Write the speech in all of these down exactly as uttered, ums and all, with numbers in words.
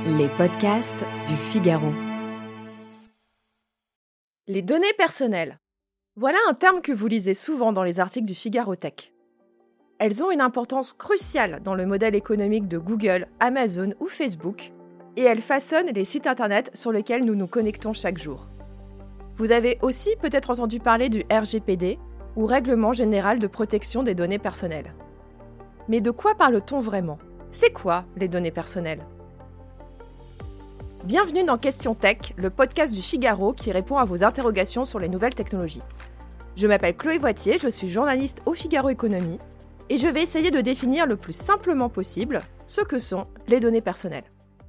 Les podcasts du Figaro. Les données personnelles. Voilà un terme que vous lisez souvent dans les articles du Figaro Tech. Elles ont une importance cruciale dans le modèle économique de Google, Amazon ou Facebook, et elles façonnent les sites internet sur lesquels nous nous connectons chaque jour. Vous avez aussi peut-être entendu parler du R G P D, ou Règlement général de protection des données personnelles. Mais de quoi parle-t-on vraiment ? C'est quoi les données personnelles ? Bienvenue dans Question Tech, le podcast du Figaro qui répond à vos interrogations sur les nouvelles technologies. Je m'appelle Chloé Voitier, je suis journaliste au Figaro Économie et je vais essayer de définir le plus simplement possible ce que sont les données personnelles.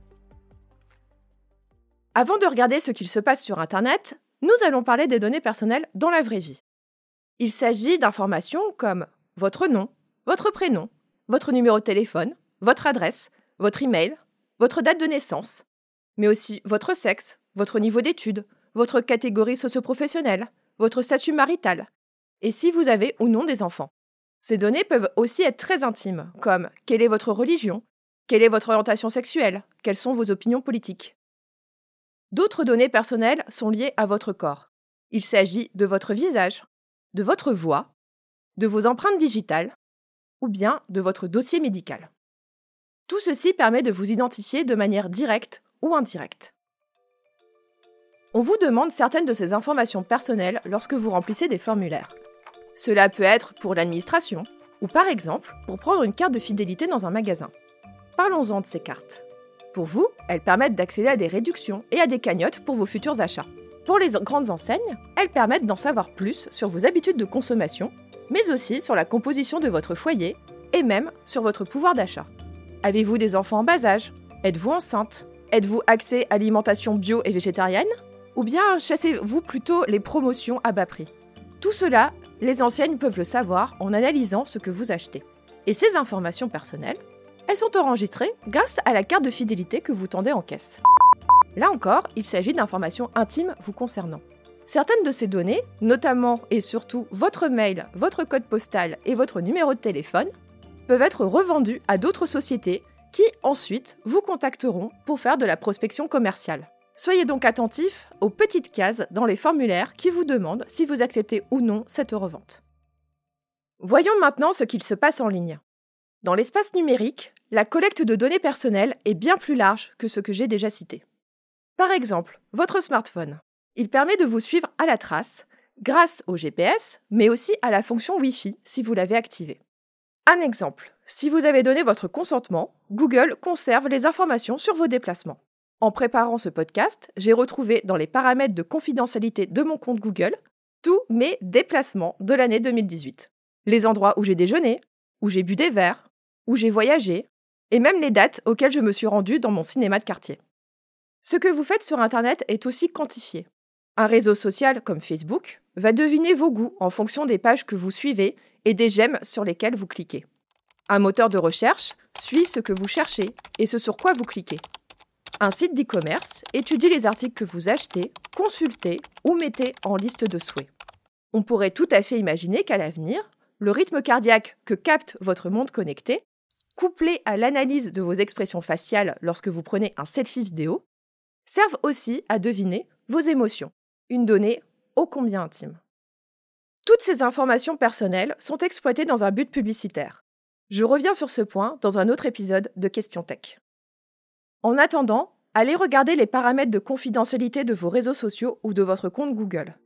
Avant de regarder ce qu'il se passe sur Internet, nous allons parler des données personnelles dans la vraie vie. Il s'agit d'informations comme votre nom, votre prénom, votre numéro de téléphone, votre adresse, votre email, votre date de naissance, mais aussi votre sexe, votre niveau d'études, votre catégorie socio-professionnelle, votre statut marital, et si vous avez ou non des enfants. Ces données peuvent aussi être très intimes, comme quelle est votre religion, quelle est votre orientation sexuelle, quelles sont vos opinions politiques. D'autres données personnelles sont liées à votre corps. Il s'agit de votre visage, de votre voix, de vos empreintes digitales, ou bien de votre dossier médical. Tout ceci permet de vous identifier de manière directe ou indirecte. On vous demande certaines de ces informations personnelles lorsque vous remplissez des formulaires. Cela peut être pour l'administration, ou par exemple pour prendre une carte de fidélité dans un magasin. Parlons-en de ces cartes. Pour vous, elles permettent d'accéder à des réductions et à des cagnottes pour vos futurs achats. Pour les grandes enseignes, elles permettent d'en savoir plus sur vos habitudes de consommation, mais aussi sur la composition de votre foyer et même sur votre pouvoir d'achat. Avez-vous des enfants en bas âge ? Êtes-vous enceinte ? Êtes-vous axé alimentation bio et végétarienne ? Ou bien chassez-vous plutôt les promotions à bas prix ? Tout cela, les enseignes peuvent le savoir en analysant ce que vous achetez. Et ces informations personnelles, elles sont enregistrées grâce à la carte de fidélité que vous tendez en caisse. Là encore, il s'agit d'informations intimes vous concernant. Certaines de ces données, notamment et surtout votre mail, votre code postal et votre numéro de téléphone, peuvent être revendues à d'autres sociétés qui, ensuite, vous contacteront pour faire de la prospection commerciale. Soyez donc attentifs aux petites cases dans les formulaires qui vous demandent si vous acceptez ou non cette revente. Voyons maintenant ce qu'il se passe en ligne. Dans l'espace numérique, la collecte de données personnelles est bien plus large que ce que j'ai déjà cité. Par exemple, votre smartphone. Il permet de vous suivre à la trace, grâce au G P S, mais aussi à la fonction Wi-Fi si vous l'avez activée. Un exemple, si vous avez donné votre consentement, Google conserve les informations sur vos déplacements. En préparant ce podcast, j'ai retrouvé dans les paramètres de confidentialité de mon compte Google tous mes déplacements de l'année deux mille dix-huit. Les endroits où j'ai déjeuné, où j'ai bu des verres, où j'ai voyagé, et même les dates auxquelles je me suis rendue dans mon cinéma de quartier. Ce que vous faites sur Internet est aussi quantifié. Un réseau social comme Facebook va deviner vos goûts en fonction des pages que vous suivez et des j'aime sur lesquels vous cliquez. Un moteur de recherche suit ce que vous cherchez et ce sur quoi vous cliquez. Un site d'e-commerce étudie les articles que vous achetez, consultez ou mettez en liste de souhaits. On pourrait tout à fait imaginer qu'à l'avenir, le rythme cardiaque que capte votre monde connecté, couplé à l'analyse de vos expressions faciales lorsque vous prenez un selfie vidéo, serve aussi à deviner vos émotions, une donnée ô combien intime. Toutes ces informations personnelles sont exploitées dans un but publicitaire. Je reviens sur ce point dans un autre épisode de Question Tech. En attendant, allez regarder les paramètres de confidentialité de vos réseaux sociaux ou de votre compte Google.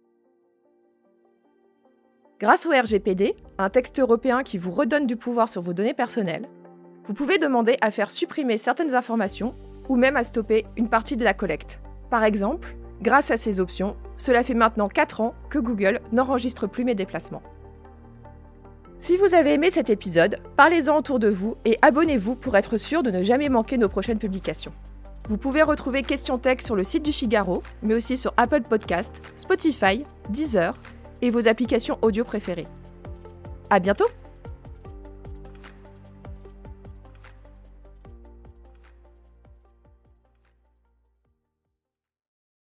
Grâce au R G P D, un texte européen qui vous redonne du pouvoir sur vos données personnelles, vous pouvez demander à faire supprimer certaines informations ou même à stopper une partie de la collecte. Par exemple, grâce à ces options, cela fait maintenant quatre ans que Google n'enregistre plus mes déplacements. Si vous avez aimé cet épisode, parlez-en autour de vous et abonnez-vous pour être sûr de ne jamais manquer nos prochaines publications. Vous pouvez retrouver Question Tech sur le site du Figaro, mais aussi sur Apple Podcasts, Spotify, Deezer et vos applications audio préférées. À bientôt!